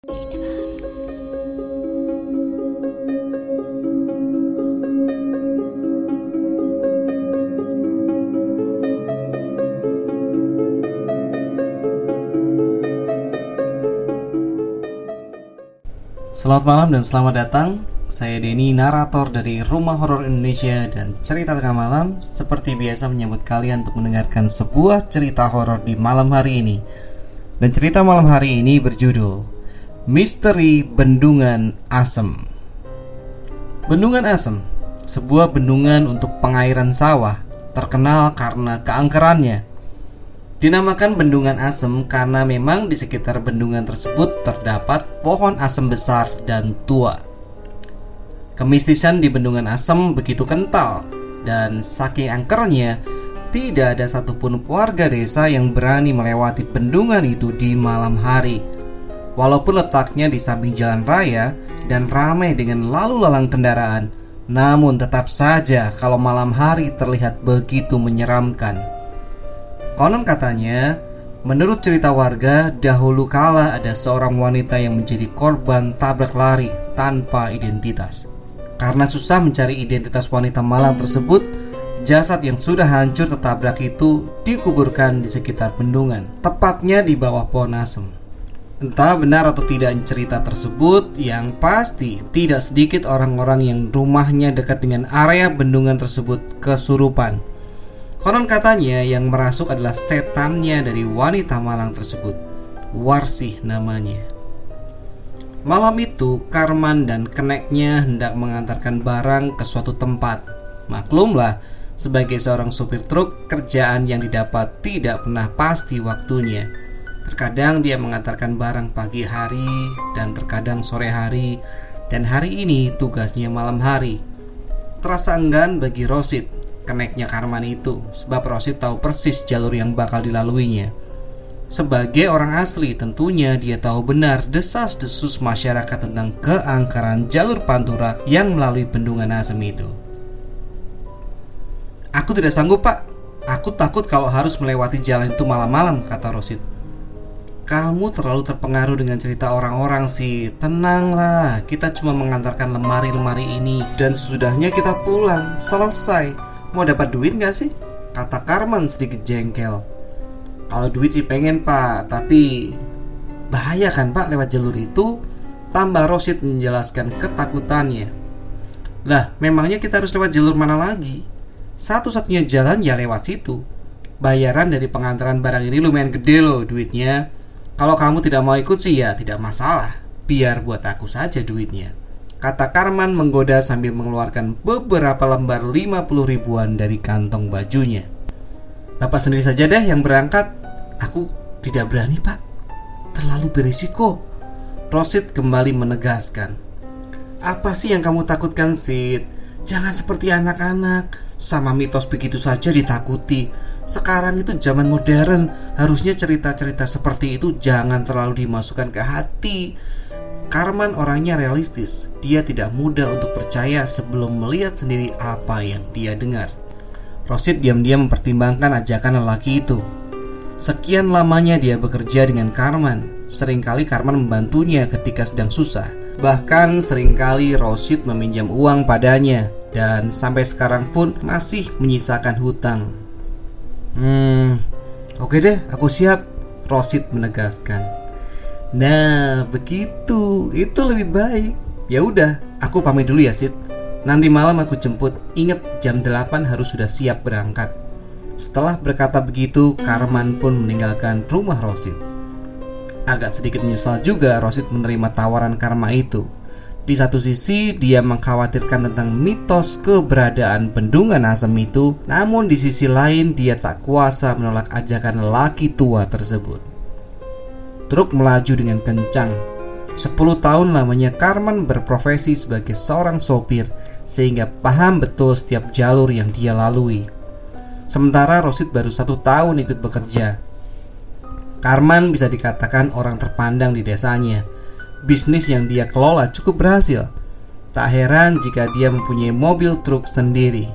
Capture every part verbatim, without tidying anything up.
Selamat malam dan selamat datang. Saya Denny, narator dari Rumah Horor Indonesia dan Cerita Tengah Malam. Seperti biasa menyambut kalian untuk mendengarkan sebuah cerita horor di malam hari ini. Dan cerita malam hari ini berjudul Misteri Bendungan Asem. Bendungan Asem, sebuah bendungan untuk pengairan sawah, terkenal karena keangkerannya. Dinamakan Bendungan Asem karena memang di sekitar bendungan tersebut terdapat pohon asem besar dan tua. Kemistisan di Bendungan Asem begitu kental, dan saking angkernya, tidak ada satupun warga desa yang berani melewati bendungan itu di malam hari. Walaupun letaknya di samping jalan raya dan ramai dengan lalu lalang kendaraan, namun tetap saja kalau malam hari terlihat begitu menyeramkan. Konon katanya, menurut cerita warga, dahulu kala ada seorang wanita yang menjadi korban tabrak lari tanpa identitas. Karena susah mencari identitas wanita malang tersebut, jasad yang sudah hancur tertabrak itu dikuburkan di sekitar bendungan, tepatnya di bawah pohon asem. Entah benar atau tidak cerita tersebut, yang pasti tidak sedikit orang-orang yang rumahnya dekat dengan area bendungan tersebut kesurupan. Konon katanya yang merasuk adalah setannya dari wanita malang tersebut, Warsih namanya. Malam itu Karman dan keneknya hendak mengantarkan barang ke suatu tempat. Maklumlah, sebagai seorang supir truk, kerjaan yang didapat tidak pernah pasti waktunya. Terkadang dia mengantarkan barang pagi hari dan terkadang sore hari, dan hari ini tugasnya malam hari. Terasa enggan bagi Rosid, keneknya Karman itu, sebab Rosid tahu persis jalur yang bakal dilaluinya. Sebagai orang asli, tentunya dia tahu benar desas-desus masyarakat tentang keangkeran jalur pantura yang melalui Bendungan Asem itu. "Aku tidak sanggup, Pak. Aku takut kalau harus melewati jalan itu malam-malam," kata Rosid. "Kamu terlalu terpengaruh dengan cerita orang-orang sih. Tenanglah, kita cuma mengantarkan lemari-lemari ini dan sesudahnya kita pulang. Selesai. Mau dapat duit gak sih?" kata Karman sedikit jengkel. "Kalau duit sih pengen, Pak, tapi bahaya kan, Pak, lewat jalur itu?" tambah Rosid menjelaskan ketakutannya. "Lah, memangnya kita harus lewat jalur mana lagi? Satu-satunya jalan ya lewat situ. Bayaran dari pengantaran barang ini lumayan gede loh duitnya. Kalau kamu tidak mau ikut sih ya tidak masalah. Biar buat aku saja duitnya," kata Karman menggoda sambil mengeluarkan beberapa lembar lima puluh ribuan dari kantong bajunya. "Bapak sendiri saja deh yang berangkat. Aku tidak berani, Pak. Terlalu berisiko," Rosid kembali menegaskan. "Apa sih yang kamu takutkan, Sid? Jangan seperti anak-anak. Sama mitos begitu saja ditakuti. Sekarang itu zaman modern. Harusnya cerita-cerita seperti itu jangan terlalu dimasukkan ke hati." Karman orangnya realistis. Dia tidak mudah untuk percaya sebelum melihat sendiri apa yang dia dengar. Rosid diam-diam mempertimbangkan ajakan lelaki itu. Sekian lamanya dia bekerja dengan Karman. Seringkali Karman membantunya ketika sedang susah. Bahkan seringkali Rosid meminjam uang padanya, dan sampai sekarang pun masih menyisakan hutang. Hmm, oke deh, aku siap," Rosid menegaskan. "Nah, begitu. Itu lebih baik. Ya udah, aku pamit dulu ya, Sid. Nanti malam aku jemput. Ingat, jam delapan harus sudah siap berangkat." Setelah berkata begitu, Karman pun meninggalkan rumah Rosid. Agak sedikit menyesal juga Rosid menerima tawaran Karma itu. Di satu sisi dia mengkhawatirkan tentang mitos keberadaan Bendungan Asem itu, namun di sisi lain dia tak kuasa menolak ajakan lelaki tua tersebut. Truk melaju dengan kencang. Sepuluh tahun lamanya Karman berprofesi sebagai seorang sopir, sehingga paham betul setiap jalur yang dia lalui. Sementara Rosid baru satu tahun ikut bekerja. Karman bisa dikatakan orang terpandang di desanya. Bisnis yang dia kelola cukup berhasil. Tak heran jika dia mempunyai mobil truk sendiri.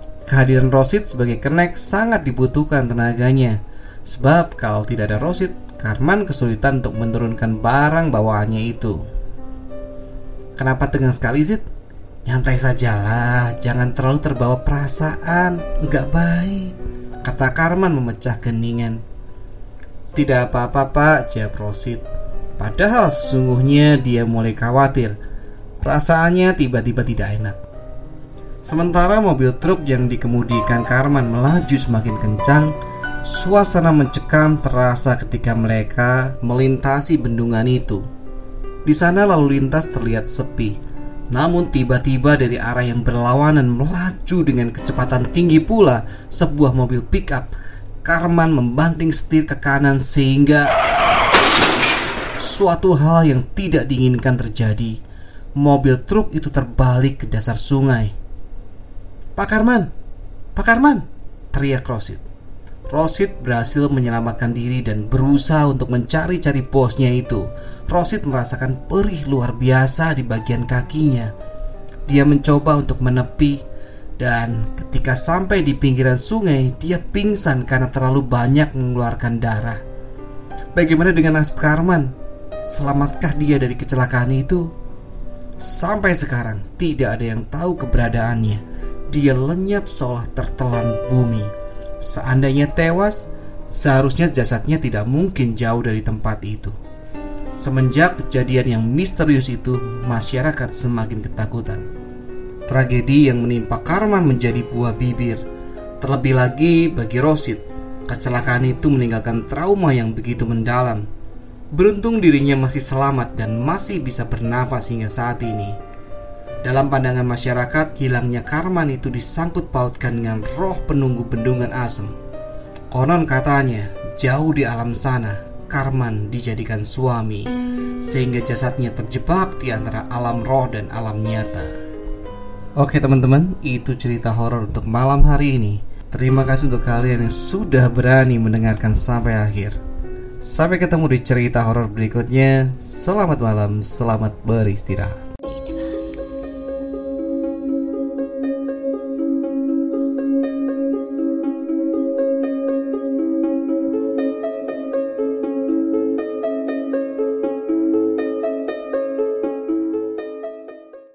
Kehadiran Rosid sebagai kenek sangat dibutuhkan tenaganya. Sebab kalau tidak ada Rosid, Karman kesulitan untuk menurunkan barang bawaannya itu. "Kenapa tegang sekali, Zid?" "Nyantai sajalah, jangan terlalu terbawa perasaan, nggak baik," kata Karman memecah keningan. "Tidak apa-apa, Pak," jawab Rosid. Padahal sesungguhnya dia mulai khawatir. Perasaannya tiba-tiba tidak enak. Sementara mobil truk yang dikemudikan Karman melaju semakin kencang, suasana mencekam terasa ketika mereka melintasi bendungan itu. Di sana lalu lintas terlihat sepi. Namun tiba-tiba dari arah yang berlawanan melaju dengan kecepatan tinggi pula sebuah mobil pick-up. Karman membanting setir ke kanan sehingga suatu hal yang tidak diinginkan terjadi. Mobil truk itu terbalik ke dasar sungai. "Pak Karman, Pak Karman!" teriak Rosid. Rosid berhasil menyelamatkan diri dan berusaha untuk mencari-cari bosnya itu. Rosid merasakan perih luar biasa di bagian kakinya. Dia mencoba untuk menepi, dan ketika sampai di pinggiran sungai, dia pingsan karena terlalu banyak mengeluarkan darah. Bagaimana dengan nasib Karman? Selamatkah dia dari kecelakaan itu? Sampai sekarang tidak ada yang tahu keberadaannya. Dia lenyap seolah tertelan bumi. Seandainya tewas, seharusnya jasadnya tidak mungkin jauh dari tempat itu. Semenjak kejadian yang misterius itu, masyarakat semakin ketakutan. Tragedi yang menimpa Karman menjadi buah bibir. Terlebih lagi bagi Rosid, kecelakaan itu meninggalkan trauma yang begitu mendalam. Beruntung dirinya masih selamat dan masih bisa bernafas hingga saat ini. Dalam pandangan masyarakat, hilangnya Karman itu disangkut pautkan dengan roh penunggu bendungan asem. Konon katanya, jauh di alam sana, Karman dijadikan suami, sehingga jasadnya terjebak di antara alam roh dan alam nyata. Oke teman-teman, itu cerita horor untuk malam hari ini. Terima kasih untuk kalian yang sudah berani mendengarkan sampai akhir. Sampai ketemu di cerita horor berikutnya. Selamat malam, selamat beristirahat.